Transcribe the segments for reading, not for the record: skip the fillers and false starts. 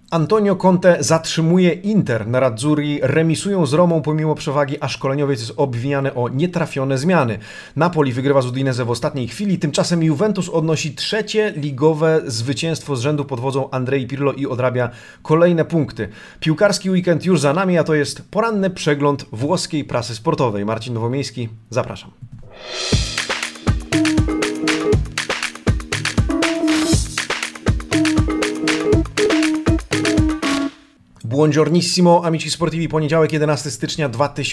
Antonio Conte zatrzymuje Inter. Nerazzurri remisują z Romą pomimo przewagi, a szkoleniowiec jest obwiniany o nietrafione zmiany. Napoli wygrywa z Udinese w ostatniej chwili, tymczasem Juventus odnosi trzecie ligowe zwycięstwo z rzędu pod wodzą Andrei Pirlo i odrabia kolejne punkty. Piłkarski weekend już za nami, a to jest poranny przegląd włoskiej prasy sportowej. Marcin Nowomiejski, zapraszam. Buongiornissimo, amici sportivi, poniedziałek 11 stycznia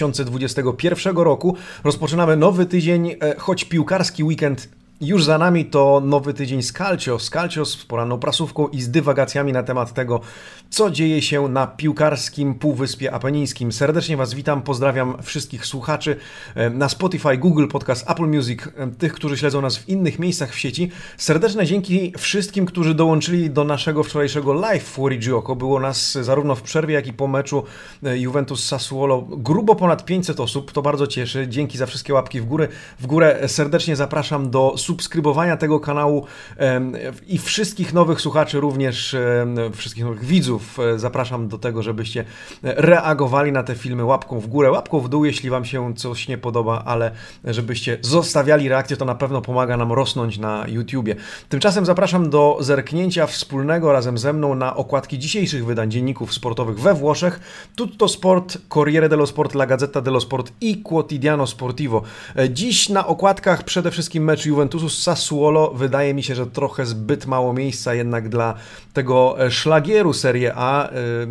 2021 roku. Rozpoczynamy nowy tydzień, choć piłkarski weekend już za nami, to nowy tydzień z Calcio z poranną prasówką i z dywagacjami na temat tego, co dzieje się na piłkarskim Półwyspie Apenińskim. Serdecznie Was witam, pozdrawiam wszystkich słuchaczy na Spotify, Google Podcast, Apple Music, tych, którzy śledzą nas w innych miejscach w sieci. Serdeczne dzięki wszystkim, którzy dołączyli do naszego wczorajszego live w Fuori Gioco. Było nas zarówno w przerwie, jak i po meczu Juventus-Sassuolo grubo ponad 500 osób, to bardzo cieszy. Dzięki za wszystkie łapki w górę. Serdecznie zapraszam do subskrybowania tego kanału i wszystkich nowych słuchaczy, również wszystkich nowych widzów. Zapraszam do tego, żebyście reagowali na te filmy łapką w górę, łapką w dół, jeśli Wam się coś nie podoba, ale żebyście zostawiali reakcję, to na pewno pomaga nam rosnąć na YouTubie. Tymczasem zapraszam do zerknięcia wspólnego razem ze mną na okładki dzisiejszych wydań dzienników sportowych we Włoszech. Tutto Sport, Corriere dello Sport, La Gazzetta dello Sport i Quotidiano Sportivo. Dziś na okładkach przede wszystkim mecz Juventusu z Sassuolo. Wydaje mi się, że trochę zbyt mało miejsca jednak dla tego szlagieru Serie A,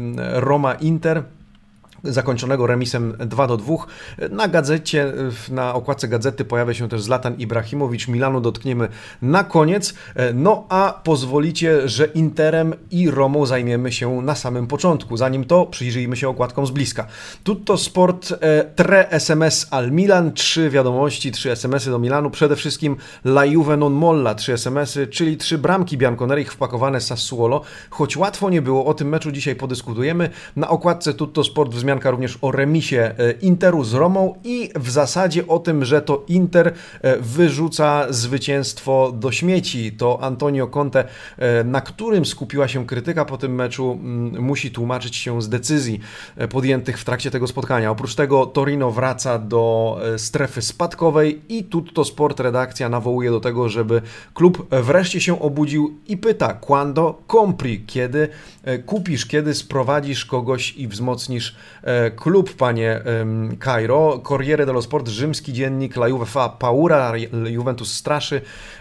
Roma-Inter, zakończonego remisem 2-2. Na gazecie, na okładce gazety pojawia się też Zlatan Ibrahimowicz. Milanu dotkniemy na koniec. No a pozwolicie, że Interem i Romą zajmiemy się na samym początku. Zanim to, przyjrzyjmy się okładkom z bliska. Tutto Sport, 3 SMS al Milan, 3 wiadomości, 3 SMS-y do Milanu. Przede wszystkim La Juve non molla, 3 SMS-y, czyli 3 bramki bianconerich wpakowane z Sassuolo. Choć łatwo nie było, o tym meczu dzisiaj podyskutujemy. Na okładce Tutto Sport wzmianka również o remisie Interu z Romą i w zasadzie o tym, że to Inter wyrzuca zwycięstwo do śmieci. To Antonio Conte, na którym skupiła się krytyka po tym meczu, musi tłumaczyć się z decyzji podjętych w trakcie tego spotkania. Oprócz tego Torino wraca do strefy spadkowej i Tutto Sport redakcja nawołuje do tego, żeby klub wreszcie się obudził i pyta: quando compri? Kiedy kupisz, kiedy sprowadzisz kogoś i wzmocnisz klub, panie Cairo. Corriere dello Sport, rzymski dziennik, La Juve fa paura, Juventus straszy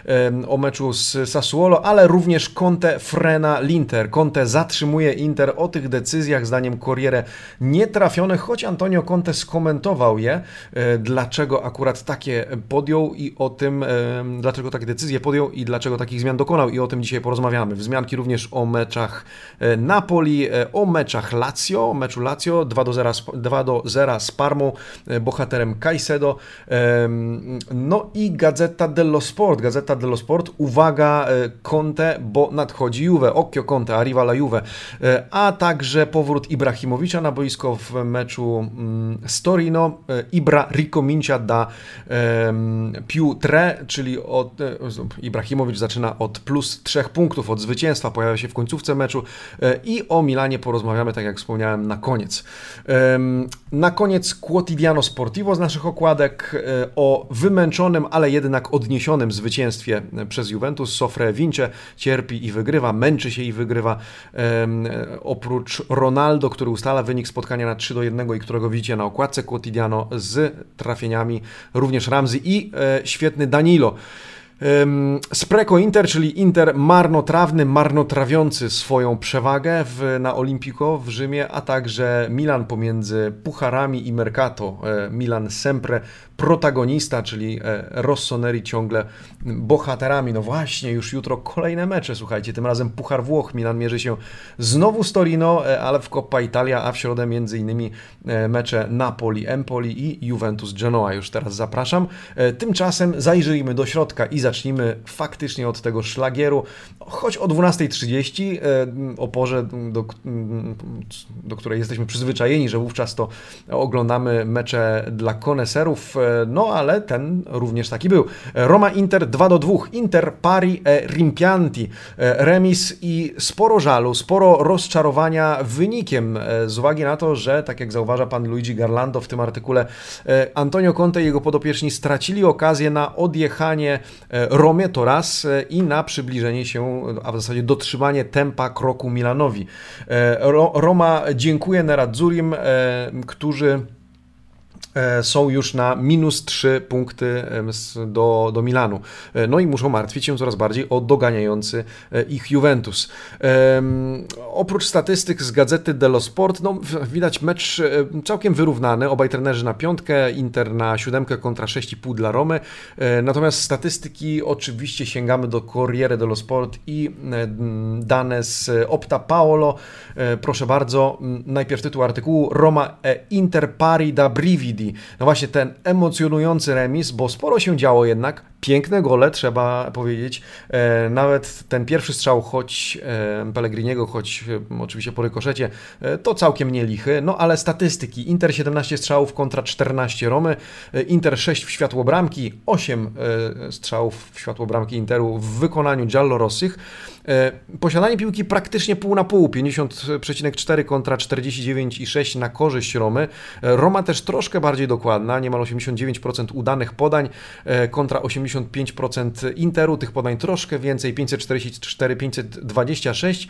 o meczu z Sassuolo, ale również Conte frena l'Inter. Conte zatrzymuje Inter. O tych decyzjach, zdaniem Corriere, nietrafionych, choć Antonio Conte skomentował je, dlaczego akurat takie podjął i o tym, dlaczego takie decyzje podjął i dlaczego takich zmian dokonał, i o tym dzisiaj porozmawiamy. Wzmianki również o meczach Napoli, o meczach Lazio, o meczu Lazio 2-0 z Parmą, bohaterem Caicedo. No i Gazzetta dello Sport, uwaga, Conte, bo nadchodzi Juve, occhio Conte, arriva la Juve, a także powrót Ibrahimowicza na boisko w meczu z Torino. Ibra ricomincia da più tre, czyli Ibrahimowicz zaczyna od plus 3 punktów od zwycięstwa, pojawia się w końcówce meczu i o Milanie porozmawiamy, tak jak wspomniałem, na koniec. Na koniec Quotidiano Sportivo z naszych okładek, o wymęczonym, ale jednak odniesionym zwycięstwie przez Juventus. Sofre vince, cierpi i wygrywa, męczy się i wygrywa. Oprócz Ronaldo, który ustala wynik spotkania na 3-1 i którego widzicie na okładce Quotidiano z trafieniami, również Ramsey i świetny Danilo. Spreco Inter, czyli Inter marnotrawiący swoją przewagę na Olimpico w Rzymie, a także Milan pomiędzy pucharami i Mercato. Milan sempre protagonista, czyli Rossoneri ciągle bohaterami. No właśnie, już jutro kolejne mecze, słuchajcie, tym razem Puchar Włoch. Milan mierzy się znowu z Torino, ale w Coppa Italia, a w środę między innymi mecze Napoli, Empoli i Juventus Genoa. Już teraz zapraszam. Tymczasem zajrzyjmy do środka i zacznijmy faktycznie od tego szlagieru, choć o 12:30, o porze, do której jesteśmy przyzwyczajeni, że wówczas to oglądamy mecze dla koneserów, no ale ten również taki był. Roma-Inter 2:2, Inter pari rimpianti, remis i sporo żalu, sporo rozczarowania wynikiem, z uwagi na to, że tak jak zauważa pan Luigi Garlando w tym artykule, Antonio Conte i jego podopieczni stracili okazję na odjechanie Romie, to raz, i na przybliżenie się, a w zasadzie dotrzymanie tempa kroku Milanowi. Roma dziękuję Nerazzurim, którzy są już na -3 punkty do Milanu. No i muszą martwić się coraz bardziej o doganiający ich Juventus. Oprócz statystyk z Gazety dello Sport, no, widać mecz całkiem wyrównany. Obaj trenerzy na 5, Inter na 7 kontra 6,5 dla Romy. Natomiast statystyki oczywiście sięgamy do Corriere dello Sport i dane z Opta Paolo. Proszę bardzo, najpierw tytuł artykułu: Roma Inter pari da brividi. No właśnie ten emocjonujący remis, bo sporo się działo jednak, piękne gole, trzeba powiedzieć. Nawet ten pierwszy strzał, choć Pellegriniego, choć oczywiście po rykoszecie, to całkiem nie lichy, no ale statystyki. Inter 17 strzałów kontra 14 Romy, Inter 6 w światło bramki, 8 strzałów w światło bramki Interu w wykonaniu giallorossich. Posiadanie piłki praktycznie pół na pół, 50,4 kontra 49,6 na korzyść Romy. Roma też troszkę bardziej dokładna, niemal 89% udanych podań kontra 85% Interu, tych podań troszkę więcej, 544, 526.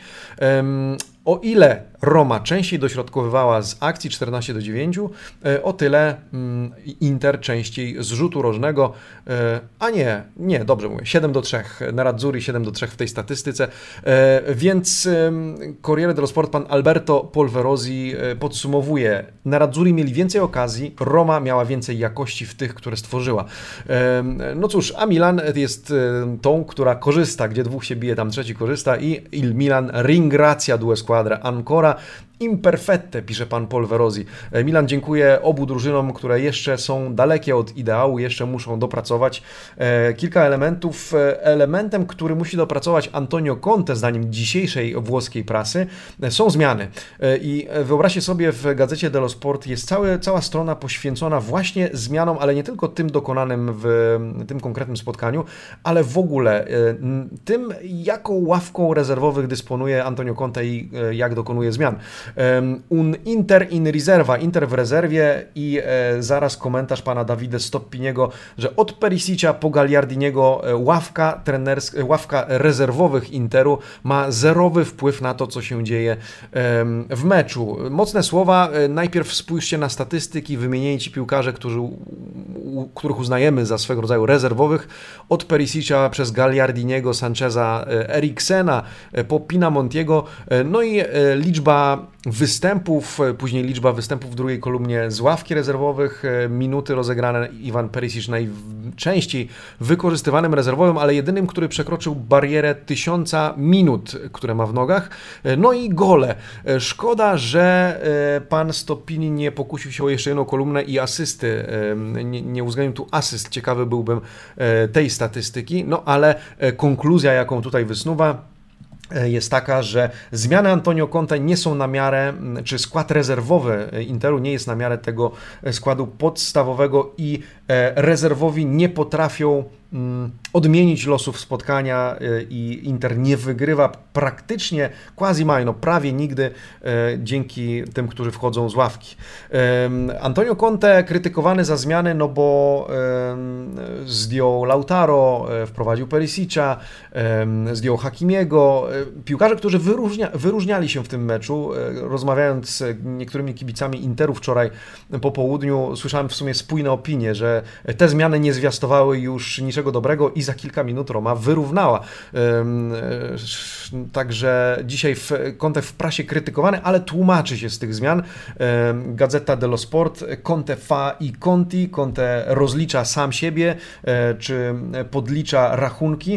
O ile Roma częściej dośrodkowywała z akcji 14:9, o tyle Inter częściej z rzutu rożnego, a nie, dobrze mówię, 7:3, Nerazzurri 7:3 w tej statystyce, więc Corriere dello Sport, pan Alberto Polverosi podsumowuje: Nerazzurri mieli więcej okazji, Roma miała więcej jakości w tych, które stworzyła. No cóż, a Milan jest tą, która korzysta, gdzie dwóch się bije, tam trzeci korzysta, i Il Milan ringrazia due squadre ancora imperfette, pisze pan Polverosi. Milan dziękuję obu drużynom, które jeszcze są dalekie od ideału, jeszcze muszą dopracować. Kilka elementów. Elementem, który musi dopracować Antonio Conte, zdaniem dzisiejszej włoskiej prasy, są zmiany. I wyobraźcie sobie, w Gazecie dello Sport jest cała strona poświęcona właśnie zmianom, ale nie tylko tym dokonanym w tym konkretnym spotkaniu, ale w ogóle tym, jaką ławką rezerwowych dysponuje Antonio Conte i jak dokonuje zmian. Un Inter in riserva, Inter w rezerwie, i zaraz komentarz pana Davide Stoppiniego, że od Perisicia po Gagliardiniego ławka rezerwowych Interu ma zerowy wpływ na to, co się dzieje w meczu. Mocne słowa. Najpierw spójrzcie na statystyki, wymienieni ci piłkarze, których uznajemy za swego rodzaju rezerwowych, od Perisicia przez Gagliardiniego, Sancheza, Eriksena, po Pinamontiego, no i liczba występów, później liczba występów w drugiej kolumnie z ławki rezerwowych, minuty rozegrane. Iwan Perisic najczęściej wykorzystywanym rezerwowym, ale jedynym, który przekroczył barierę 1000 minut, które ma w nogach. No i gole. Szkoda, że pan Stoppini nie pokusił się o jeszcze jedną kolumnę i asysty. Nie uwzględnił tu asyst. Ciekawy byłbym tej statystyki, no ale konkluzja, jaką tutaj wysnuwa, jest taka, że zmiany Antonio Conte nie są na miarę, czy skład rezerwowy Interu nie jest na miarę tego składu podstawowego, i rezerwowi nie potrafią odmienić losów spotkania i Inter nie wygrywa praktycznie, prawie nigdy dzięki tym, którzy wchodzą z ławki. Antonio Conte krytykowany za zmiany, no bo zdjął Lautaro, wprowadził Perisicia, zdjął Hakimiego. Piłkarze, którzy wyróżniali się w tym meczu. Rozmawiając z niektórymi kibicami Interu wczoraj po południu, słyszałem w sumie spójne opinie, że te zmiany nie zwiastowały już niczego dobrego i za kilka minut Roma wyrównała. Także dzisiaj Conte w prasie krytykowany, ale tłumaczy się z tych zmian. Gazeta dello Sport: Conte fa i conti, Conte rozlicza sam siebie, czy podlicza rachunki.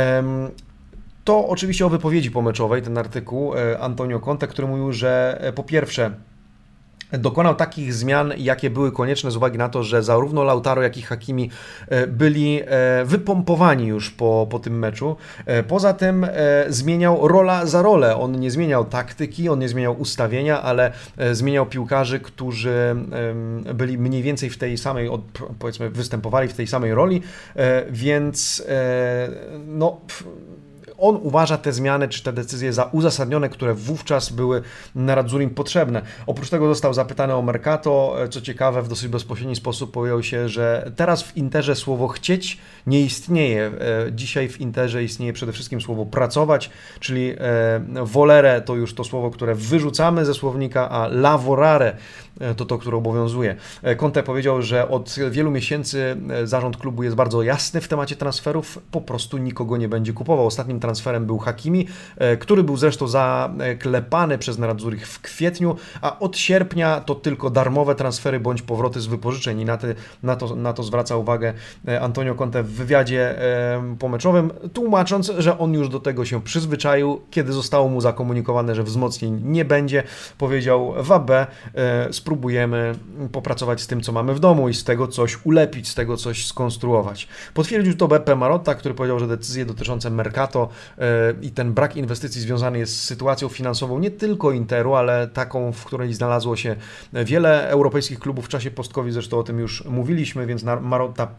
To oczywiście o wypowiedzi pomeczowej, ten artykuł Antonio Conte, który mówił, że po pierwsze dokonał takich zmian, jakie były konieczne z uwagi na to, że zarówno Lautaro, jak i Hakimi byli wypompowani już po tym meczu. Poza tym zmieniał rola za rolę. On nie zmieniał taktyki, on nie zmieniał ustawienia, ale zmieniał piłkarzy, którzy byli mniej więcej w tej samej, powiedzmy, występowali w tej samej roli, więc no... On uważa te zmiany czy te decyzje za uzasadnione, które wówczas były Neradzurim potrzebne. Oprócz tego został zapytany o Mercato. Co ciekawe, w dosyć bezpośredni sposób powiedział się, że teraz w Interze słowo chcieć nie istnieje. Dzisiaj w Interze istnieje przede wszystkim słowo pracować, czyli volere to już to słowo, które wyrzucamy ze słownika, a lavorare to, które obowiązuje. Conte powiedział, że od wielu miesięcy zarząd klubu jest bardzo jasny w temacie transferów, po prostu nikogo nie będzie kupował. Ostatnim transferem był Hakimi, który był zresztą zaklepany przez Nerazzurich w kwietniu, a od sierpnia to tylko darmowe transfery bądź powroty z wypożyczeń i na to zwraca uwagę Antonio Conte w wywiadzie pomeczowym, tłumacząc, że on już do tego się przyzwyczaił. Kiedy zostało mu zakomunikowane, że wzmocnień nie będzie, powiedział: Vabbè, spróbujemy popracować z tym, co mamy w domu i z tego coś ulepić, z tego coś skonstruować. Potwierdził to Beppe Marotta, który powiedział, że decyzje dotyczące Mercato i ten brak inwestycji związany jest z sytuacją finansową nie tylko Interu, ale taką, w której znalazło się wiele europejskich klubów w czasie post-COVID, zresztą o tym już mówiliśmy, więc Marotta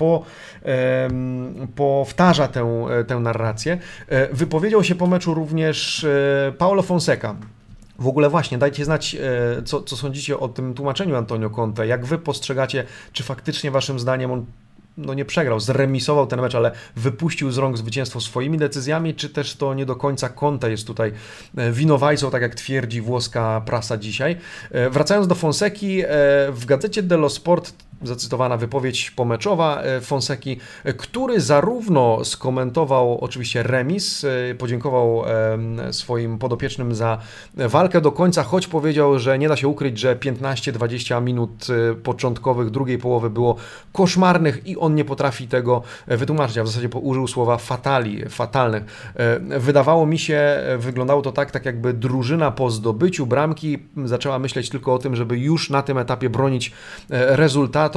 powtarza tę narrację. Wypowiedział się po meczu również Paulo Fonseca. W ogóle właśnie, dajcie znać, co sądzicie o tym tłumaczeniu Antonio Conte. Jak wy postrzegacie, czy faktycznie waszym zdaniem on nie przegrał, zremisował ten mecz, ale wypuścił z rąk zwycięstwo swoimi decyzjami, czy też to nie do końca Conte jest tutaj winowajcą, tak jak twierdzi włoska prasa dzisiaj. Wracając do Fonseki, w gazecie dello Sport zacytowana wypowiedź pomeczowa Fonseki, który zarówno skomentował oczywiście remis, podziękował swoim podopiecznym za walkę do końca, choć powiedział, że nie da się ukryć, że 15-20 minut początkowych drugiej połowy było koszmarnych i on nie potrafi tego wytłumaczyć, a w zasadzie użył słowa fatalnych. Wydawało mi się, wyglądało to tak jakby drużyna po zdobyciu bramki zaczęła myśleć tylko o tym, żeby już na tym etapie bronić rezultatu,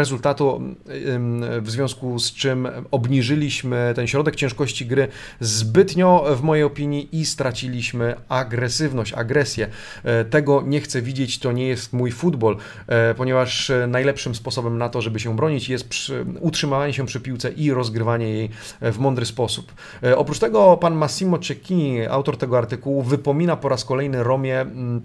w związku z czym obniżyliśmy ten środek ciężkości gry zbytnio, w mojej opinii, i straciliśmy agresywność, agresję. Tego nie chcę widzieć, to nie jest mój futbol, ponieważ najlepszym sposobem na to, żeby się bronić, jest utrzymywanie się przy piłce i rozgrywanie jej w mądry sposób. Oprócz tego pan Massimo Cecchini, autor tego artykułu, wypomina po raz kolejny Romie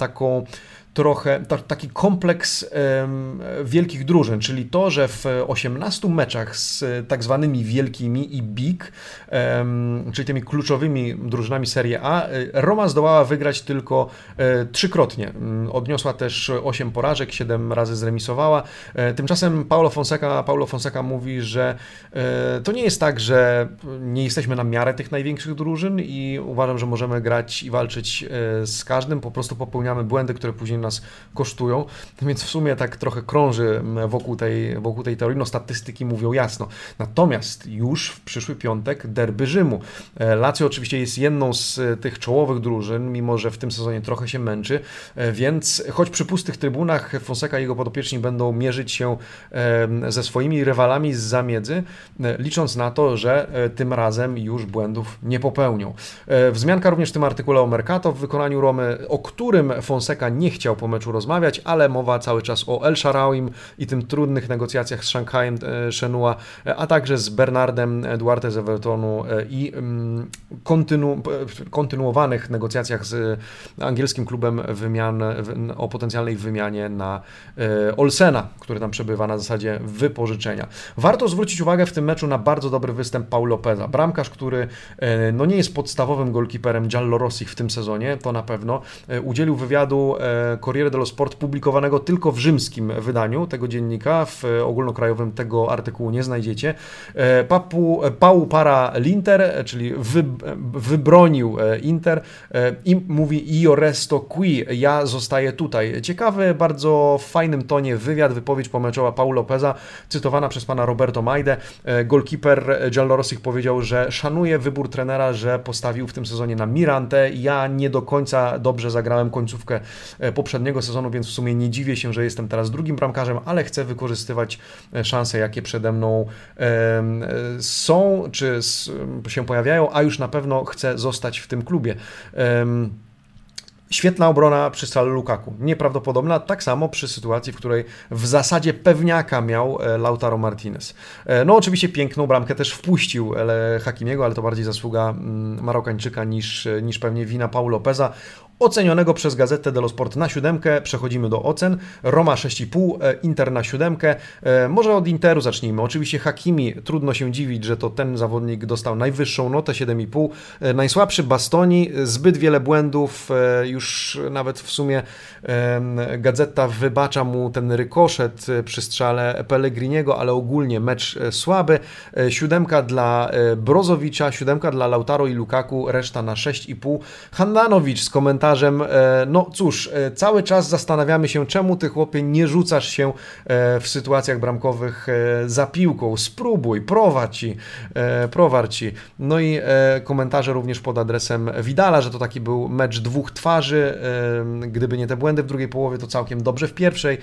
taki kompleks wielkich drużyn, czyli to, że w 18 meczach z tak zwanymi wielkimi i big, czyli tymi kluczowymi drużynami Serie A, Roma zdołała wygrać tylko 3-krotnie. Odniosła też 8 porażek, 7 razy zremisowała. Tymczasem Paulo Fonseca mówi, że to nie jest tak, że nie jesteśmy na miarę tych największych drużyn i uważam, że możemy grać i walczyć z każdym, po prostu popełniamy błędy, które później nas kosztują, więc w sumie tak trochę krąży wokół tej teorii. Statystyki mówią jasno. Natomiast już w przyszły piątek derby Rzymu. Lazio oczywiście jest jedną z tych czołowych drużyn, mimo że w tym sezonie trochę się męczy, więc choć przy pustych trybunach Fonseca i jego podopieczni będą mierzyć się ze swoimi rywalami z zamiedzy, licząc na to, że tym razem już błędów nie popełnią. Wzmianka również w tym artykule o Mercato w wykonaniu Romy, o którym Fonseca nie chciał po meczu rozmawiać, ale mowa cały czas o El Shaarawy i tym trudnych negocjacjach z Shanghaiem Shenhua, a także z Bernardem Duarte z Evertonu i kontynuowanych negocjacjach z angielskim klubem o potencjalnej wymianie na Olsena, który tam przebywa na zasadzie wypożyczenia. Warto zwrócić uwagę w tym meczu na bardzo dobry występ Paul Lopeza. Bramkarz, który nie jest podstawowym golkiperem giallorossich w tym sezonie, to na pewno. Udzielił wywiadu Corriere dello Sport publikowanego tylko w rzymskim wydaniu tego dziennika, w ogólnokrajowym tego artykułu nie znajdziecie. Pau para l'Inter, czyli wybronił Inter i mówi "Io resto qui", ja zostaję tutaj. Ciekawy, bardzo w fajnym tonie wypowiedź pomeczowa Paul Lopeza, cytowana przez pana Roberto Majdę. Golkiper giallorossich powiedział, że szanuje wybór trenera, że postawił w tym sezonie na Mirante. Ja nie do końca dobrze zagrałem końcówkę poprzedniego poprzedniego sezonu, więc w sumie nie dziwię się, że jestem teraz drugim bramkarzem, ale chcę wykorzystywać szanse, jakie przede mną są, czy się pojawiają, a już na pewno chcę zostać w tym klubie. Świetna obrona przy strzale Lukaku, nieprawdopodobna, tak samo przy sytuacji, w której w zasadzie pewniaka miał Lautaro Martinez. No oczywiście piękną bramkę też wpuścił Hakimiego, ale to bardziej zasługa Marokańczyka niż pewnie wina Paul Lopeza. Ocenionego przez Gazetę dello Sport na 7, przechodzimy do ocen. Roma 6,5, Inter na 7. Może od Interu zacznijmy. Oczywiście Hakimi, trudno się dziwić, że to ten zawodnik dostał najwyższą notę, 7,5. Najsłabszy Bastoni, zbyt wiele błędów, już nawet w sumie Gazeta wybacza mu ten rykoszet przy strzale Pellegriniego, ale ogólnie mecz słaby. 7 dla Brozowicza, 7 dla Lautaro i Lukaku, reszta na 6,5. Handanovic z komentarzem, no cóż, cały czas zastanawiamy się, czemu ty chłopie nie rzucasz się w sytuacjach bramkowych za piłką, spróbuj, prowadź ci. No i komentarze również pod adresem Vidala, że to taki był mecz dwóch twarzy, gdyby nie te błędy w drugiej połowie, to całkiem dobrze w pierwszej.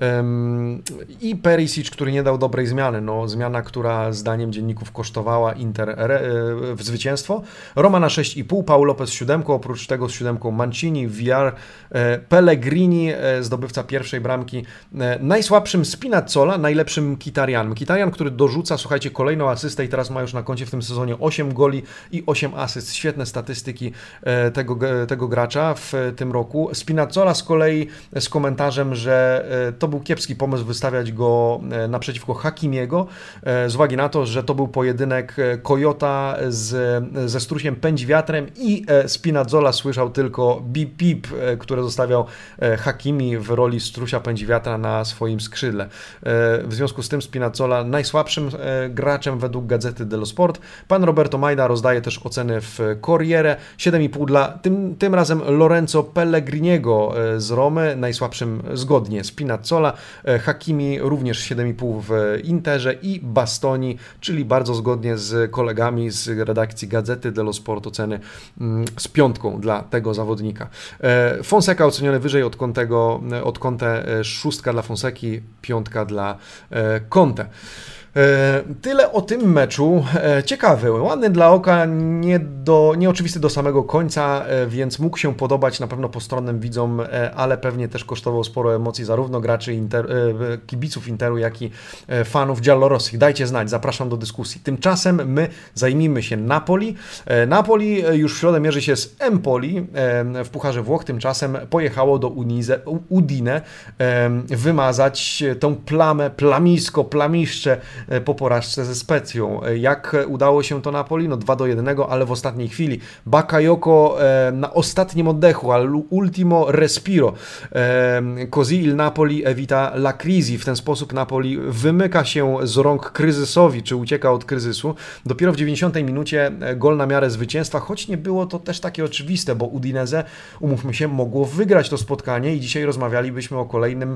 I Perisic, który nie dał dobrej zmiany, no zmiana, która zdaniem dzienników kosztowała Inter w zwycięstwo. Roma na 6,5, Paul Lopez 7, oprócz tego z 7 Mancini, Villar, Pellegrini, zdobywca pierwszej bramki. Najsłabszym Spinazzola, najlepszym Mkhitaryan. Mkhitaryan, który dorzuca, słuchajcie, kolejną asystę i teraz ma już na koncie w tym sezonie 8 goli i 8 asyst. Świetne statystyki tego gracza w tym roku. Spinazzola z kolei z komentarzem, że to był kiepski pomysł wystawiać go naprzeciwko Hakimiego, z uwagi na to, że to był pojedynek Kojota ze Strusiem Pędzi Wiatrem i Spinazzola słyszał tylko bip bip, które zostawiał Hakimi w roli Strusia Pędzi Wiatra na swoim skrzydle. W związku z tym Spinazzola najsłabszym graczem według Gazety dello Sport. Pan Roberto Majda rozdaje też oceny w Corriere. 7,5 dla tym razem Lorenzo Pellegriniego z Romy, najsłabszym zgodnie Spinazzola. Hakimi również 7,5 w Interze i Bastoni, czyli bardzo zgodnie z kolegami z redakcji Gazety dello Sport, oceny z 5 dla tego zawodnika. Fonseca oceniony wyżej od Conte 6 dla Fonseki, 5 dla Conte. Tyle o tym meczu. Ciekawy, ładny dla oka, nieoczywisty do samego końca, więc mógł się podobać na pewno postronnym widzom, ale pewnie też kosztował sporo emocji zarówno graczy kibiców Interu, jak i fanów giallorossich. Dajcie znać, zapraszam do dyskusji. Tymczasem my zajmijmy się Napoli. Napoli już w środę mierzy się z Empoli w Pucharze Włoch, tymczasem pojechało do Udine wymazać tą plamiszcze po porażce ze Specją. Jak udało się to Napoli? No 2-1, ale w ostatniej chwili. Bakayoko na ostatnim oddechu, al ultimo respiro. Così il Napoli evita la crisi. W ten sposób Napoli wymyka się z rąk kryzysowi, czy ucieka od kryzysu. Dopiero w 90 minucie gol na miarę zwycięstwa, choć nie było to też takie oczywiste, bo Udinese, umówmy się, mogło wygrać to spotkanie i dzisiaj rozmawialibyśmy o kolejnym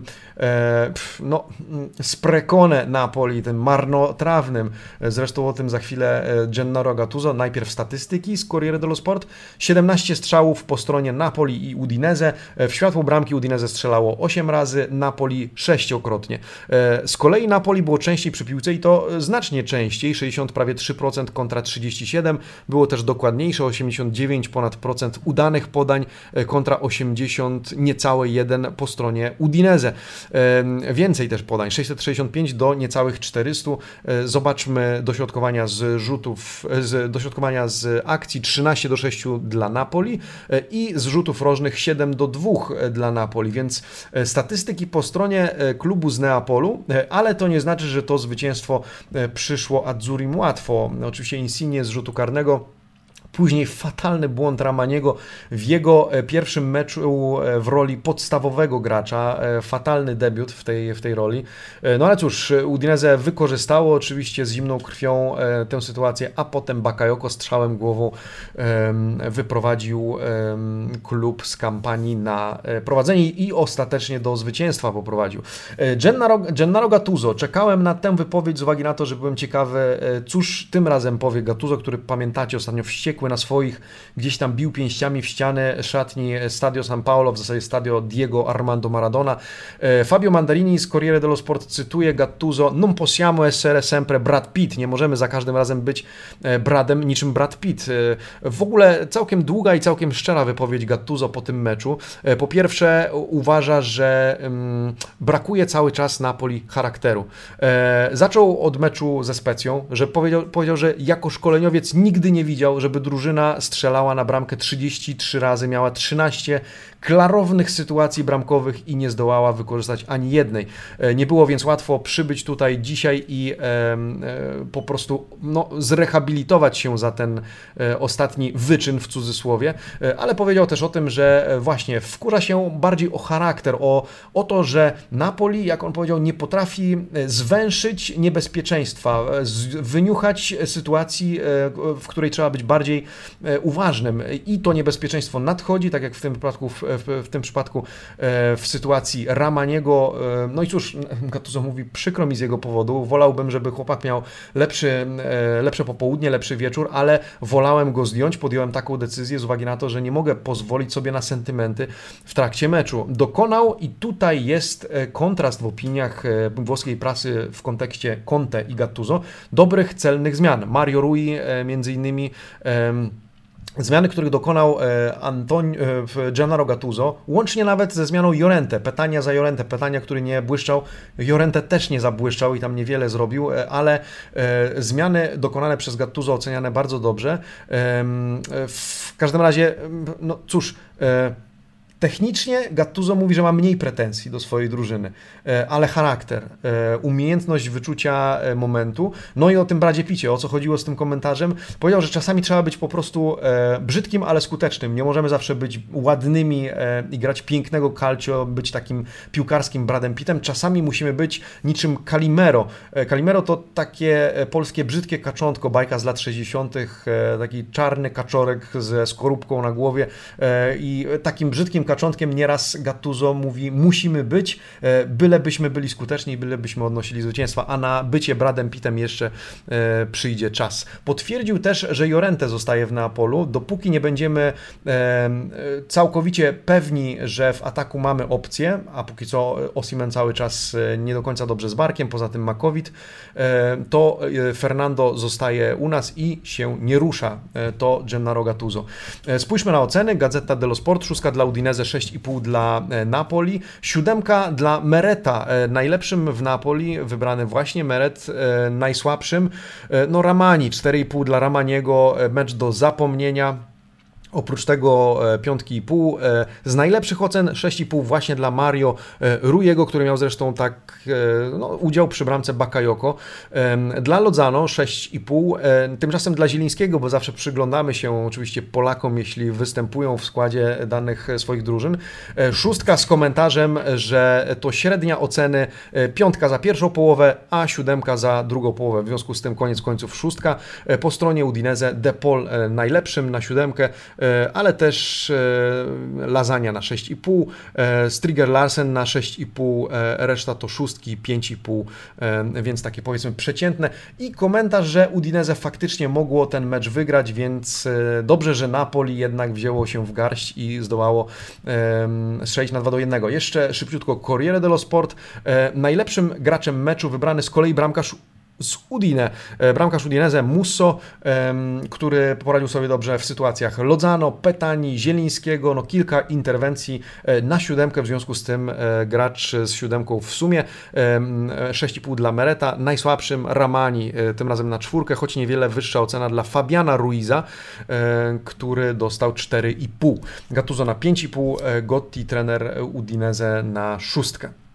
sprecone Napoli, tym marnotrawnym. Zresztą o tym za chwilę Gennaro Gattuso. Najpierw statystyki z Corriere dello Sport. 17 strzałów po stronie Napoli i Udinese. W światło bramki Udinese strzelało 8 razy, Napoli 6-krotnie. Z kolei Napoli było częściej przy piłce i to znacznie częściej, 60 prawie 3% kontra 37. Było też dokładniejsze, 89 ponad procent udanych podań kontra 80 niecałe 1 po stronie Udinese. Więcej też podań, 665 do niecałych 400. Zobaczmy dośrodkowania z akcji 13-6 dla Napoli i z rzutów rożnych 7-2 dla Napoli, więc statystyki po stronie klubu z Neapolu, ale to nie znaczy, że to zwycięstwo przyszło Azzurim łatwo. Oczywiście Insigne z rzutu karnego. Później fatalny błąd Ramaniego w jego pierwszym meczu w roli podstawowego gracza. Fatalny debiut w tej roli. No ale cóż, Udinese wykorzystało oczywiście z zimną krwią tę sytuację, a potem Bakayoko strzałem głową wyprowadził klub z kampanii na prowadzenie i ostatecznie do zwycięstwa poprowadził. Gennaro Gattuso. Czekałem na tę wypowiedź z uwagi na to, że byłem ciekawy, cóż tym razem powie Gattuso, który pamiętacie ostatnio wściekły ciepły na swoich, gdzieś tam bił pięściami w ścianę szatni Stadio San Paolo, w zasadzie Stadio Diego Armando Maradona. Fabio Mandarini z Corriere dello Sport cytuje Gattuso: non possiamo essere sempre Brad Pitt, nie możemy za każdym razem być Bradem niczym Brad Pitt. W ogóle całkiem długa i całkiem szczera wypowiedź Gattuso po tym meczu. Po pierwsze uważa, że brakuje cały czas Napoli charakteru. Zaczął od meczu ze Specją, że powiedział, że jako szkoleniowiec nigdy nie widział, żeby drużyna strzelała na bramkę 33 razy, miała 13 klarownych sytuacji bramkowych i nie zdołała wykorzystać ani jednej. Nie było więc łatwo przybyć tutaj dzisiaj i po prostu zrehabilitować się za ten ostatni wyczyn w cudzysłowie, ale powiedział też o tym, że właśnie wkurza się bardziej o charakter, o to, że Napoli, jak on powiedział, nie potrafi zwęszyć niebezpieczeństwa, wyniuchać sytuacji, w której trzeba być bardziej uważnym i to niebezpieczeństwo nadchodzi, tak jak w tym przypadku w sytuacji Ramaniego. No i cóż, Gattuso mówi, przykro mi z jego powodu, wolałbym, żeby chłopak miał lepsze popołudnie, lepszy wieczór, ale wolałem go zdjąć, podjąłem taką decyzję z uwagi na to, że nie mogę pozwolić sobie na sentymenty w trakcie meczu. Dokonał, i tutaj jest kontrast w opiniach włoskiej prasy w kontekście Conte i Gattuso, dobrych, celnych zmian. Mario Rui między innymi zmiany, których dokonał Gennaro Gattuso, łącznie nawet ze zmianą Llorente, Petagna za Llorente, Petagna, który nie błyszczał, Llorente też nie zabłyszczał i tam niewiele zrobił, ale zmiany dokonane przez Gattuso oceniane bardzo dobrze. W każdym razie, no cóż, technicznie Gattuso mówi, że ma mniej pretensji do swojej drużyny, ale charakter, umiejętność wyczucia momentu, no i o tym Bradzie Pitcie, o co chodziło z tym komentarzem, powiedział, że czasami trzeba być po prostu brzydkim, ale skutecznym. Nie możemy zawsze być ładnymi i grać pięknego calcio, być takim piłkarskim Bradem Pittem. Czasami musimy być niczym Calimero. Calimero to takie polskie brzydkie kaczątko, bajka z lat 60., taki czarny kaczorek ze skorupką na głowie i takim brzydkim kaczątkiem nieraz Gattuso mówi, musimy być, bylebyśmy byli skuteczni, bylebyśmy odnosili zwycięstwa, a na bycie Bradem Pittem jeszcze przyjdzie czas. Potwierdził też, że Llorente zostaje w Neapolu, dopóki nie będziemy całkowicie pewni, że w ataku mamy opcję, a póki co Osimhen cały czas nie do końca dobrze z barkiem, poza tym ma COVID, to Fernando zostaje u nas i się nie rusza. To Gennaro Gattuso. Spójrzmy na oceny. Gazzetta dello Sport, 6 dla Udinese, 6,5 dla Napoli, 7 dla Meretta, najlepszym w Napoli, wybrany właśnie Meret, najsłabszym, no Ramani, 4,5 dla Ramaniego, mecz do zapomnienia. Oprócz tego 5,5 z najlepszych ocen 6,5 właśnie dla Mario Ruiego, który miał zresztą udział przy bramce Bakayoko. Dla Lozano 6,5, tymczasem dla Zielińskiego, bo zawsze przyglądamy się oczywiście Polakom, jeśli występują w składzie danych swoich drużyn. 6 z komentarzem, że to średnia oceny, 5 za pierwszą połowę, a 7 za drugą połowę. W związku z tym koniec końców 6. Po stronie Udinese De Paul najlepszym na 7, ale też Lasagna na 6,5, Striger Larsen na 6,5, reszta to 6, 5,5, więc takie powiedzmy przeciętne. I komentarz, że Udinese faktycznie mogło ten mecz wygrać, więc dobrze, że Napoli jednak wzięło się w garść i zdołało strzelić na 2-1. Jeszcze szybciutko Corriere dello Sport. Najlepszym graczem meczu wybrany z kolei bramkarz z Udine, bramkarz Udinese Musso, który poradził sobie dobrze w sytuacjach Lozano, Petani, Zielińskiego, no kilka interwencji na 7, w związku z tym gracz z 7 w sumie, 6,5 dla Meretta, najsłabszym Ramani, tym razem na 4, choć niewiele wyższa ocena dla Fabiana Ruiza, który dostał 4,5. Gattuso na 5,5, Gotti, trener Udinese, na 6.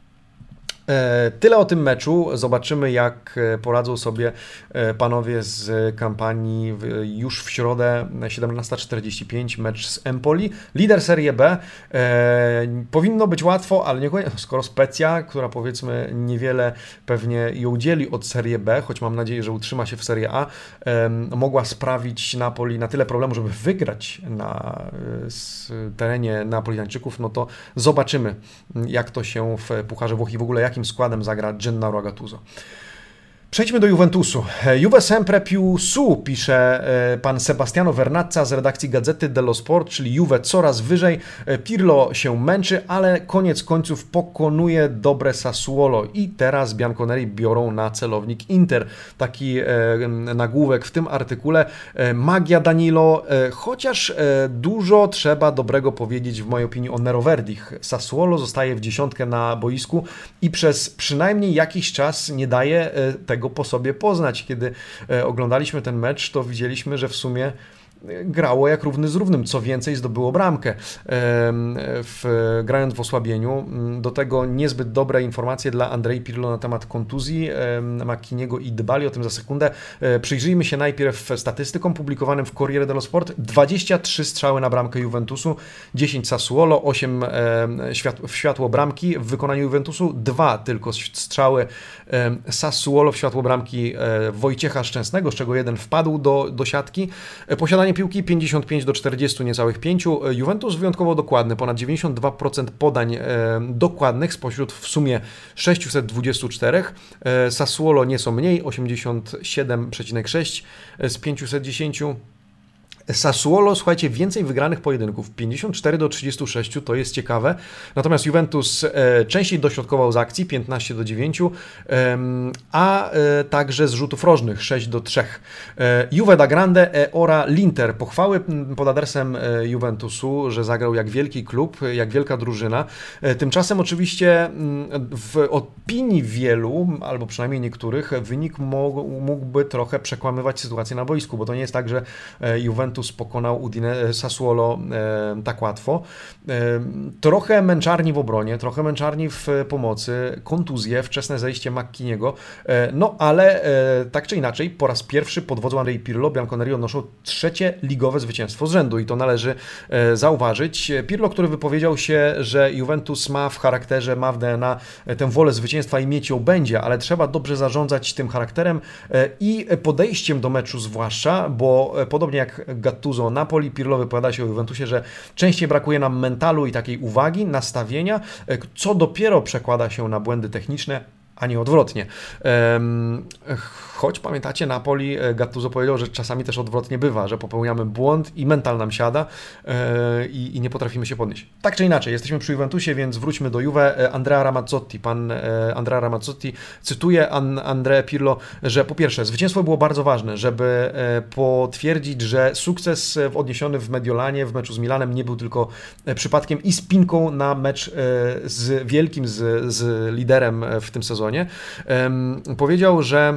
Tyle o tym meczu. Zobaczymy, jak poradzą sobie panowie z kampanii już w środę 17:45, mecz z Empoli. Lider Serie B. Powinno być łatwo, ale niekoniecznie, skoro Spezia, która powiedzmy niewiele pewnie ją dzieli od Serie B, choć mam nadzieję, że utrzyma się w Serie A, mogła sprawić Napoli na tyle problemu, żeby wygrać na terenie Neapolitańczyków, no to zobaczymy, jak to się w Pucharze Włoch i w ogóle jakim składem zagra Gennaro Gattuso. Przejdźmy do Juventusu. Juve sempre più su, pisze pan Sebastiano Vernazza z redakcji Gazety dello Sport, czyli Juve coraz wyżej. Pirlo się męczy, ale koniec końców pokonuje dobre Sassuolo i teraz bianconeri biorą na celownik Inter. Taki nagłówek w tym artykule. Magia Danilo, chociaż dużo trzeba dobrego powiedzieć w mojej opinii o Nero Verdich. Sassuolo zostaje w dziesiątkę na boisku i przez przynajmniej jakiś czas nie daje tego po sobie poznać. Kiedy oglądaliśmy ten mecz, to widzieliśmy, że w sumie grało jak równy z równym, co więcej zdobyło bramkę grając w osłabieniu. Do tego niezbyt dobre informacje dla Andrei Pirlo na temat kontuzji Macchiniego i Dybali, o tym za sekundę. Przyjrzyjmy się najpierw statystykom publikowanym w Corriere dello Sport. 23 strzały na bramkę Juventusu, 10 Sassuolo, 8 w światło bramki w wykonaniu Juventusu, 2 tylko strzały Sassuolo w światło bramki Wojciecha Szczęsnego, z czego jeden wpadł do siatki. Posiadanie piłki 55-40, niecałych 5. Juventus wyjątkowo dokładny, ponad 92% podań dokładnych spośród w sumie 624. Sassuolo nieco mniej, 87,6 z 510. Sassuolo, słuchajcie, więcej wygranych pojedynków, 54-36, to jest ciekawe. Natomiast Juventus częściej dośrodkował z akcji, 15-9, a także z rzutów rożnych, 6-3. Juve da grande e ora l'Inter. Pochwały pod adresem Juventusu, że zagrał jak wielki klub, jak wielka drużyna. Tymczasem oczywiście w opinii wielu, albo przynajmniej niektórych, wynik mógłby trochę przekłamywać sytuację na boisku, bo to nie jest tak, że Juventus pokonał Sassuolo tak łatwo. Trochę męczarni w obronie, trochę męczarni w pomocy, kontuzje, wczesne zejście Macchiniego, no ale tak czy inaczej po raz pierwszy pod wodzą Andrei Pirlo bianconeri odnoszą trzecie ligowe zwycięstwo z rzędu i to należy zauważyć. Pirlo, który wypowiedział się, że Juventus ma w charakterze, ma w DNA tę wolę zwycięstwa i mieć ją będzie, ale trzeba dobrze zarządzać tym charakterem i podejściem do meczu zwłaszcza, bo podobnie jak Gattuso Napoli, Pirlo wypowiada się o Juventusie, że częściej brakuje nam mentalu i takiej uwagi, nastawienia, co dopiero przekłada się na błędy techniczne, a nie odwrotnie. Choć pamiętacie, Napoli, Gattuso powiedział, że czasami też odwrotnie bywa, że popełniamy błąd i mental nam siada i nie potrafimy się podnieść. Tak czy inaczej, jesteśmy przy Juventusie, więc wróćmy do Juve. Andrea Ramazzotti, pan Andrea Ramazzotti cytuje Andrea Pirlo, że po pierwsze zwycięstwo było bardzo ważne, żeby potwierdzić, że sukces odniesiony w Mediolanie, w meczu z Milanem nie był tylko przypadkiem i spinką na mecz z wielkim, z liderem w tym sezonie. Powiedział, że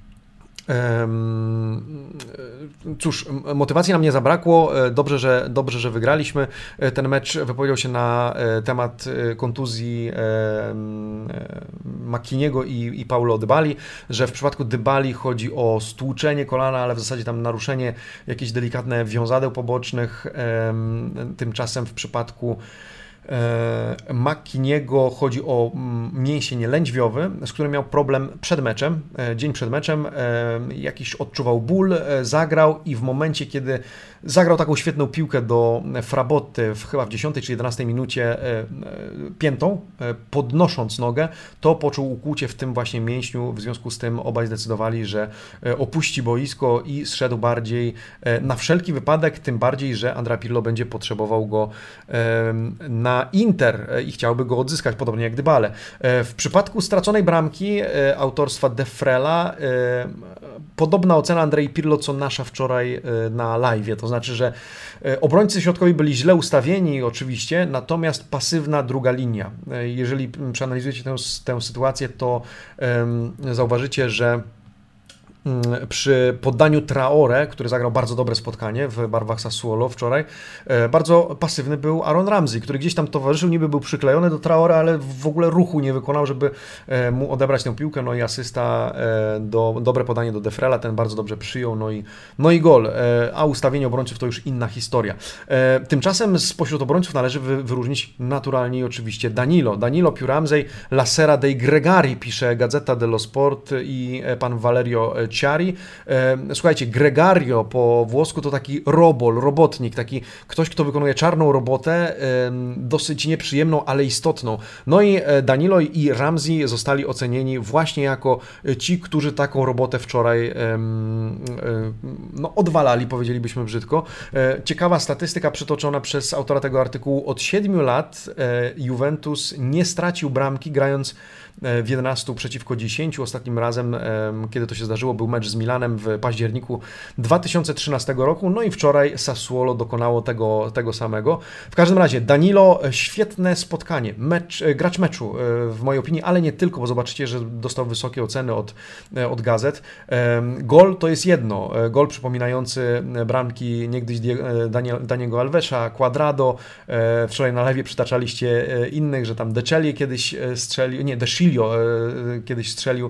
cóż, motywacji nam nie zabrakło, dobrze, że wygraliśmy ten mecz. Wypowiedział się na temat kontuzji Macchiniego i Paulo Dybali, że w przypadku Dybali chodzi o stłuczenie kolana, ale w zasadzie tam naruszenie, jakieś delikatne wiązadeł pobocznych. Tymczasem w przypadku Macchiniego chodzi o mięsień lędźwiowy, z którym miał problem przed meczem, dzień przed meczem, jakiś odczuwał ból, zagrał i w momencie, kiedy zagrał taką świetną piłkę do Frabotty chyba w 10 czy 11 minucie piętą, podnosząc nogę, to poczuł ukłucie w tym właśnie mięśniu, w związku z tym obaj zdecydowali, że opuści boisko i zszedł bardziej na wszelki wypadek, tym bardziej, że Andrea Pirlo będzie potrzebował go na Inter i chciałby go odzyskać, podobnie jak Dybale. W przypadku straconej bramki autorstwa De Frela podobna ocena Andrei Pirlo, co nasza wczoraj na live'ie, to znaczy, że obrońcy środkowi byli źle ustawieni oczywiście, natomiast pasywna druga linia. Jeżeli przeanalizujecie tę sytuację, to zauważycie, że przy poddaniu Traore, który zagrał bardzo dobre spotkanie w barwach Sassuolo wczoraj, bardzo pasywny był Aaron Ramsey, który gdzieś tam towarzyszył, niby był przyklejony do Traore, ale w ogóle ruchu nie wykonał, żeby mu odebrać tę piłkę, no i asysta, dobre podanie do De Frela, ten bardzo dobrze przyjął, no i gol, a ustawienie obrońców to już inna historia. Tymczasem spośród obrońców należy wyróżnić naturalnie i oczywiście Danilo più Ramsey, la sera dei Gregari, pisze Gazzetta dello Sport i pan Valerio Ciari. Słuchajcie, Gregario po włosku to taki robotnik, taki ktoś, kto wykonuje czarną robotę, dosyć nieprzyjemną, ale istotną. No i Danilo i Ramsey zostali ocenieni właśnie jako ci, którzy taką robotę wczoraj odwalali, powiedzielibyśmy brzydko. Ciekawa statystyka przytoczona przez autora tego artykułu. Od 7 lat Juventus nie stracił bramki, grając w 11 przeciwko 10. Ostatnim razem, kiedy to się zdarzyło, był mecz z Milanem w październiku 2013 roku. No i wczoraj Sassuolo dokonało tego samego. W każdym razie Danilo, świetne spotkanie. Gracz meczu w mojej opinii, ale nie tylko, bo zobaczycie, że dostał wysokie oceny od gazet. Gol to jest jedno. Gol przypominający bramki niegdyś Daniego Alvesa, Cuadrado. Wczoraj na lewie przytaczaliście innych, że tam De Celli kiedyś strzelił, nie, De Sciglio kiedyś strzelił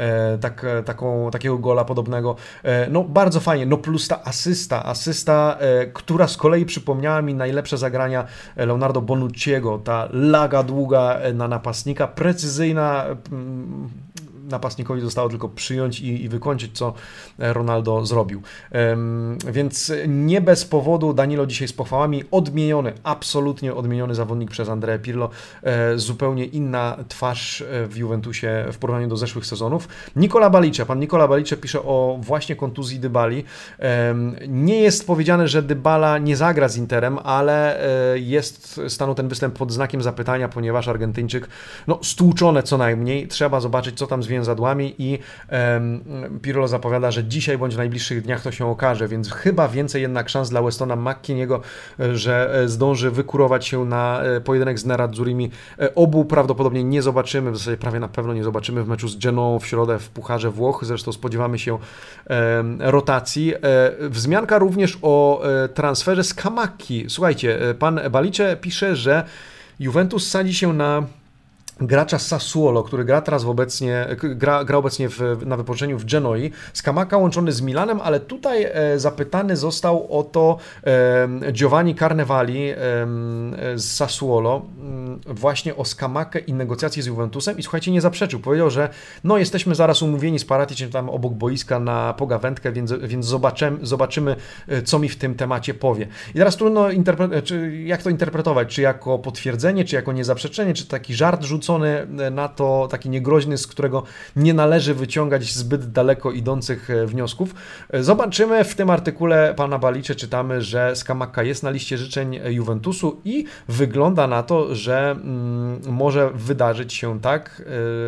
takiego gola podobnego. No bardzo fajnie, no plus ta asysta, która z kolei przypomniała mi najlepsze zagrania Leonardo Bonucciego, ta laga długa na napastnika, precyzyjna. Napastnikowi zostało tylko przyjąć i wykończyć, co Ronaldo zrobił. Więc nie bez powodu Danilo dzisiaj z pochwałami, absolutnie odmieniony zawodnik przez Andrea Pirlo, zupełnie inna twarz w Juventusie w porównaniu do zeszłych sezonów. Pan Nicola Balice pisze o właśnie kontuzji Dybali. Nie jest powiedziane, że Dybala nie zagra z Interem, ale stanął ten występ pod znakiem zapytania, ponieważ Argentyńczyk, stłuczone co najmniej, trzeba zobaczyć, co tam z więzadłami i Pirlo zapowiada, że dzisiaj bądź w najbliższych dniach to się okaże, więc chyba więcej jednak szans dla Westona McKenniego, że zdąży wykurować się na pojedynek z Nerazzurimi. Obu prawdopodobnie nie zobaczymy, w zasadzie prawie na pewno nie zobaczymy w meczu z Genoą w środę w Pucharze Włoch, zresztą spodziewamy się rotacji. Wzmianka również o transferze Scamacchi. Słuchajcie, pan Balice pisze, że Juventus sadzi się na gracza z Sassuolo, który gra teraz gra obecnie na wypożyczeniu w Genoi. Scamacca łączony z Milanem, ale tutaj zapytany został o to Giovanni Carnevali z Sassuolo, właśnie o Scamaccę i negocjacje z Juventusem i słuchajcie, nie zaprzeczył. Powiedział, że jesteśmy zaraz umówieni z Paraticiem tam obok boiska na pogawędkę, więc zobaczymy, co mi w tym temacie powie. I teraz trudno jak to interpretować, czy jako potwierdzenie, czy jako niezaprzeczenie, czy taki żart rzucony na to, taki niegroźny, z którego nie należy wyciągać zbyt daleko idących wniosków. Zobaczymy. W tym artykule pana Balice czytamy, że Scamacca jest na liście życzeń Juventusu i wygląda na to, że może wydarzyć się tak,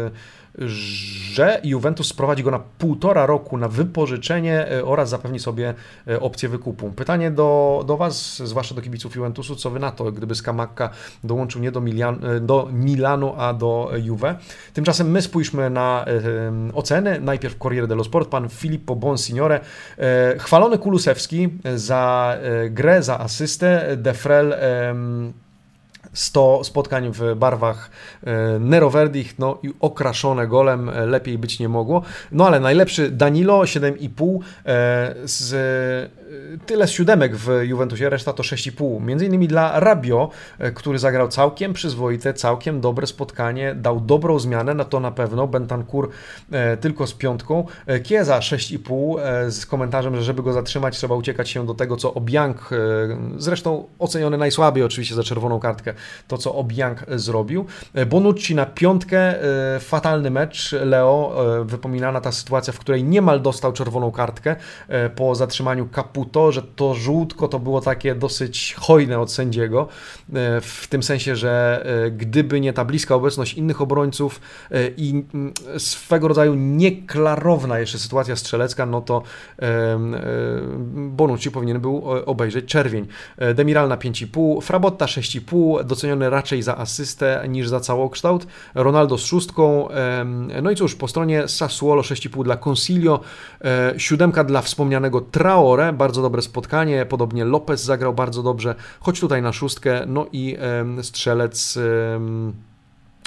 że Juventus sprowadzi go na 1,5 roku na wypożyczenie oraz zapewni sobie opcję wykupu. Pytanie do Was, zwłaszcza do kibiców Juventusu, co Wy na to, gdyby Scamacca dołączył nie do Milanu, a do Juve. Tymczasem my spójrzmy na oceny. Najpierw Corriere dello Sport, pan Filippo Bonsignore, chwalony Kulusewski za grę, za asystę, De Frel 100 spotkań w barwach Neroverdich, i okraszone golem, lepiej być nie mogło. Ale najlepszy Danilo, 7,5, tyle z 7 w Juventusie, reszta to 6,5. Między innymi dla Rabiot, który zagrał całkiem przyzwoite, całkiem dobre spotkanie, dał dobrą zmianę, to na pewno. Bentancur tylko z 5. Chiesa 6,5 z komentarzem, że żeby go zatrzymać, trzeba uciekać się do tego, co Obiang, zresztą oceniony najsłabiej oczywiście za czerwoną kartkę, to co Obiang zrobił. Bonucci na 5, fatalny mecz. Leo, wypominana ta sytuacja, w której niemal dostał czerwoną kartkę po zatrzymaniu Caputo, że to żółtko to było takie dosyć hojne od sędziego, w tym sensie, że gdyby nie ta bliska obecność innych obrońców i swego rodzaju nieklarowna jeszcze sytuacja strzelecka, to Bonucci powinien był obejrzeć czerwień. Demiral na 5,5, Frabotta 6,5, doceniony raczej za asystę niż za całokształt. Ronaldo z 6. I cóż, po stronie Sassuolo 6,5 dla Consiglio, 7 dla wspomnianego Traore, bardzo dobre spotkanie, podobnie Lopez zagrał bardzo dobrze, choć tutaj na 6. I strzelec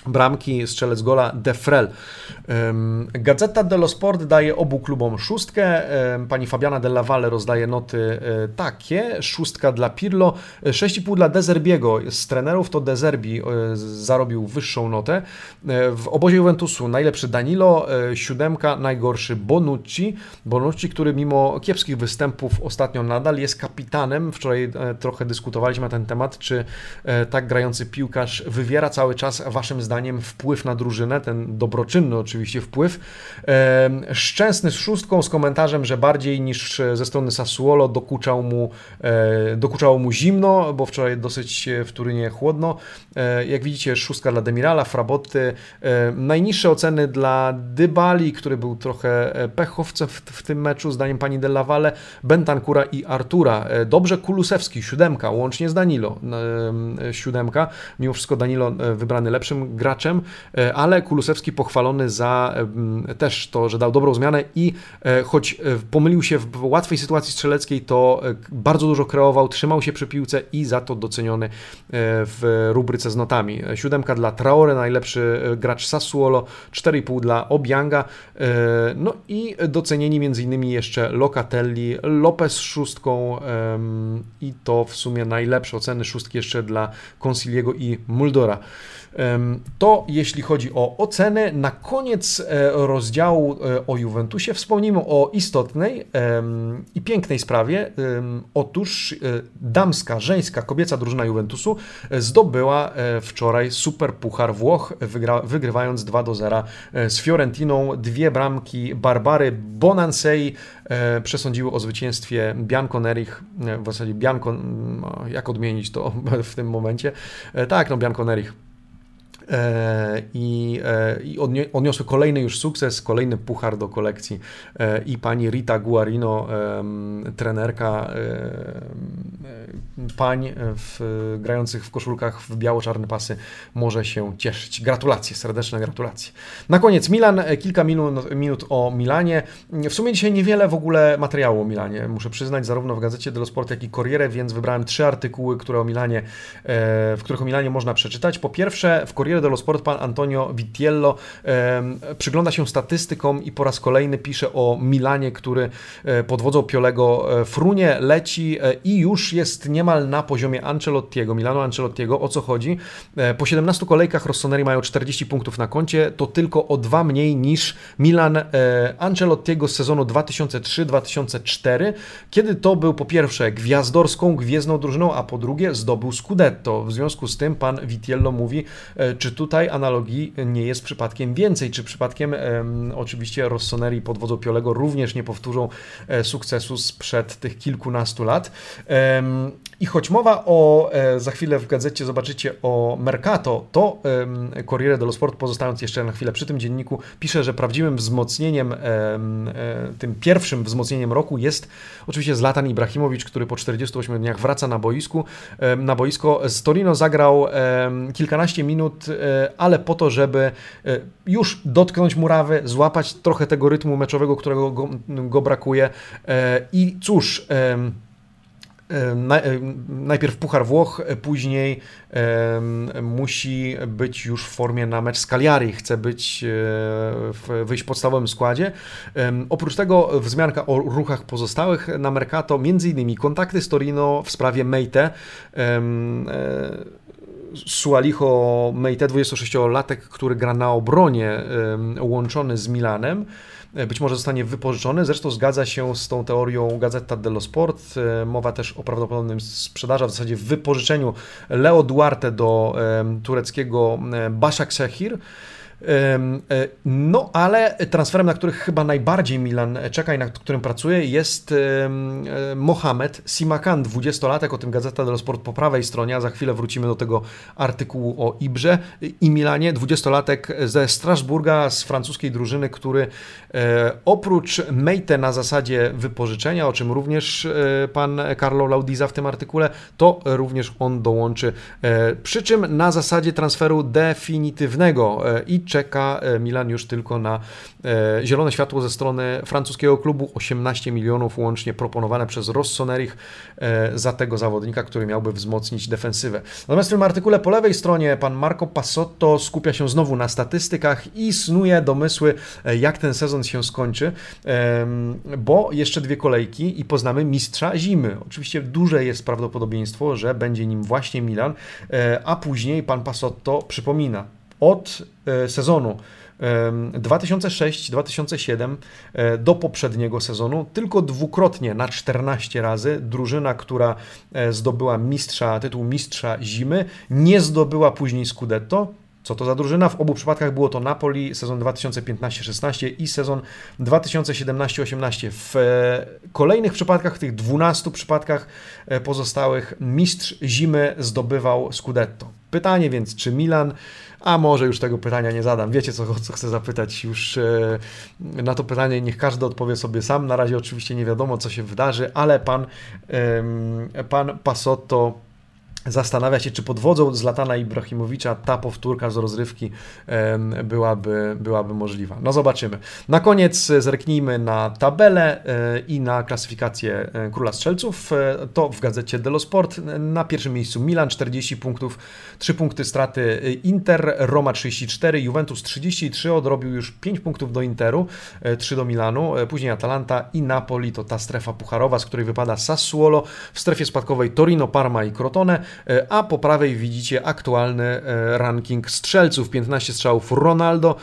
bramki, strzelec gola Defrel. Gazzetta dello Sport daje obu klubom 6. Pani Fabiana Della Valle rozdaje noty takie. 6 dla Pirlo, 6,5 dla De Zerbiego. Z trenerów to De Zerbi zarobił wyższą notę. W obozie Juventusu najlepszy Danilo, 7, najgorszy Bonucci. Bonucci, który mimo kiepskich występów ostatnio nadal jest kapitanem. Wczoraj trochę dyskutowaliśmy na ten temat, czy tak grający piłkarz wywiera cały czas waszym zdaniem wpływ na drużynę, ten dobroczynny oczywiście wpływ. Szczęsny z 6 z komentarzem, że bardziej niż ze strony Sassuolo dokuczało mu zimno, bo wczoraj dosyć w Turynie chłodno. Jak widzicie, 6 dla Demirala, Frabotty. Najniższe oceny dla Dybali, który był trochę pechowcem w tym meczu, zdaniem pani Della Valle, Bentancura i Artura. Dobrze Kulusewski, 7, łącznie z Danilo, 7. Mimo wszystko Danilo wybrany lepszym graczem, ale Kulusewski pochwalony za też to, że dał dobrą zmianę i choć pomylił się w łatwej sytuacji strzeleckiej, to bardzo dużo kreował, trzymał się przy piłce i za to doceniony w rubryce z notami. 7 dla Traore, najlepszy gracz Sassuolo, 4,5 dla Obianga, no i docenieni m.in. jeszcze Locatelli, Lopez 6 i to w sumie najlepsze oceny 6 jeszcze dla Consiliego i Muldora. To jeśli chodzi o oceny. Na koniec rozdziału o Juventusie wspomnimy o istotnej i pięknej sprawie. Otóż damska, żeńska, kobieca drużyna Juventusu zdobyła wczoraj Super Puchar Włoch, wygrywając 2-0 z Fiorentiną. 2 bramki Barbary Bonansei przesądziły o zwycięstwie Bianconerich. W zasadzie jak odmienić to w tym momencie? Tak, Bianconerich. I odniosły kolejny już sukces, kolejny puchar do kolekcji i pani Rita Guarino, trenerka pań grających w koszulkach w biało-czarne pasy, może się cieszyć. Gratulacje, serdeczne gratulacje. Na koniec Milan, kilka minut o Milanie. W sumie dzisiaj niewiele w ogóle materiału o Milanie, muszę przyznać, zarówno w Gazecie dello Sport, jak i Corriere, więc wybrałem 3 artykuły, w których o Milanie można przeczytać. Po pierwsze, w Corriere dello Sport pan Antonio Vitiello przygląda się statystykom i po raz kolejny pisze o Milanie, który pod wodzą Piolego frunie, leci i już jest niemal na poziomie Milano Ancelottiego. O co chodzi? Po 17 kolejkach rossoneri mają 40 punktów na koncie, to tylko o 2 mniej niż Milan Ancelottiego z sezonu 2003-2004, kiedy to był po pierwsze gwiazdorską, gwiezdną drużyną, a po drugie zdobył Scudetto. W związku z tym pan Vitiello mówi, czy tutaj analogii nie jest przypadkiem więcej, czy przypadkiem oczywiście rossoneri pod wodzą Piolego również nie powtórzą sukcesu sprzed tych kilkunastu lat. I choć mowa o, za chwilę w gazecie zobaczycie o Mercato, to Corriere dello Sport, pozostając jeszcze na chwilę przy tym dzienniku, pisze, że prawdziwym wzmocnieniem, tym pierwszym wzmocnieniem roku jest oczywiście Zlatan Ibrahimowicz, który po 48 dniach wraca na boisko. Z Torino zagrał kilkanaście minut, ale po to, żeby już dotknąć murawy, złapać trochę tego rytmu meczowego, którego go brakuje. I cóż, najpierw Puchar Włoch, później musi być już w formie na mecz z Cagliari, chce wyjść w podstawowym składzie. Oprócz tego wzmianka o ruchach pozostałych na Mercato, m.in. kontakty z Torino w sprawie Meite. Sualiho Meite, 26-latek, który gra na obronie, łączony z Milanem. Być może zostanie wypożyczony. Zresztą zgadza się z tą teorią Gazzetta dello Sport. Mowa też o prawdopodobnym sprzedaży, w zasadzie wypożyczeniu Leo Duarte do tureckiego Başakşehir. No, ale transferem, na których chyba najbardziej Milan czeka i nad którym pracuje, jest Mohamed Simakan, 20-latek, o tym Gazeta dello Sport po prawej stronie, a za chwilę wrócimy do tego artykułu o Ibrze i Milanie. 20-latek ze Strasburga, z francuskiej drużyny, który oprócz Meite na zasadzie wypożyczenia, o czym również pan Carlo Laudiza w tym artykule, to również on dołączy, przy czym na zasadzie transferu definitywnego. I czeka Milan już tylko na zielone światło ze strony francuskiego klubu. 18 milionów łącznie proponowane przez Rossoneri za tego zawodnika, który miałby wzmocnić defensywę. Natomiast w tym artykule po lewej stronie pan Marco Passotto skupia się znowu na statystykach i snuje domysły, jak ten sezon się skończy, bo jeszcze 2 kolejki i poznamy mistrza zimy. Oczywiście duże jest prawdopodobieństwo, że będzie nim właśnie Milan, a później pan Passotto przypomina, od sezonu 2006-2007 do poprzedniego sezonu tylko dwukrotnie na 14 razy drużyna, która zdobyła tytuł mistrza zimy, nie zdobyła później Scudetto. Co to za drużyna? W obu przypadkach było to Napoli, sezon 2015-16 i sezon 2017-18. W kolejnych przypadkach, w tych 12 przypadkach pozostałych, mistrz zimy zdobywał Scudetto. Pytanie więc, czy Milan... A może już tego pytania nie zadam. Wiecie, co chcę zapytać. Już na to pytanie niech każdy odpowie sobie sam. Na razie oczywiście nie wiadomo, co się wydarzy, ale pan Passotto zastanawia się, czy pod wodzą Zlatana Ibrahimowicza ta powtórka z rozrywki byłaby możliwa. No zobaczymy. Na koniec zerknijmy na tabelę i na klasyfikację Króla Strzelców. To w gazecie Dello Sport. Na pierwszym miejscu Milan 40 punktów, 3 punkty straty Inter, Roma 34, Juventus 33, odrobił już 5 punktów do Interu, 3 do Milanu, później Atalanta i Napoli, to ta strefa pucharowa, z której wypada Sassuolo, w strefie spadkowej Torino, Parma i Crotone, a po prawej widzicie aktualny ranking strzelców. 15 strzałów Ronaldo,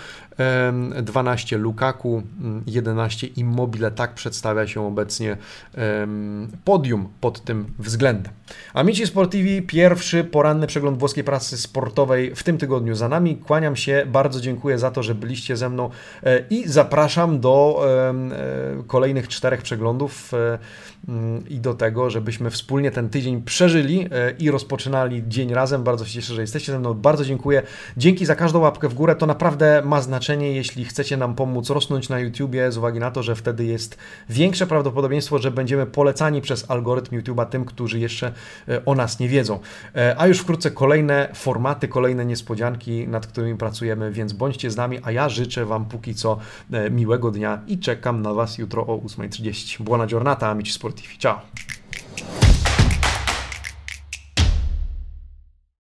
12 Lukaku, 11 Immobile. Tak przedstawia się obecnie podium pod tym względem. Amici Sportivi, pierwszy poranny przegląd włoskiej prasy sportowej w tym tygodniu za nami. Kłaniam się, bardzo dziękuję za to, że byliście ze mną i zapraszam do kolejnych 4 przeglądów i do tego, żebyśmy wspólnie ten tydzień przeżyli i rozpoczynali dzień razem. Bardzo się cieszę, że jesteście ze mną. Bardzo dziękuję. Dzięki za każdą łapkę w górę. To naprawdę ma znaczenie, jeśli chcecie nam pomóc rosnąć na YouTubie, z uwagi na to, że wtedy jest większe prawdopodobieństwo, że będziemy polecani przez algorytm YouTube'a tym, którzy jeszcze o nas nie wiedzą. A już wkrótce kolejne formaty, kolejne niespodzianki, nad którymi pracujemy, więc bądźcie z nami, a ja życzę Wam póki co miłego dnia i czekam na Was jutro o 8:30. Buona giornata, amici sportivi. Ciao!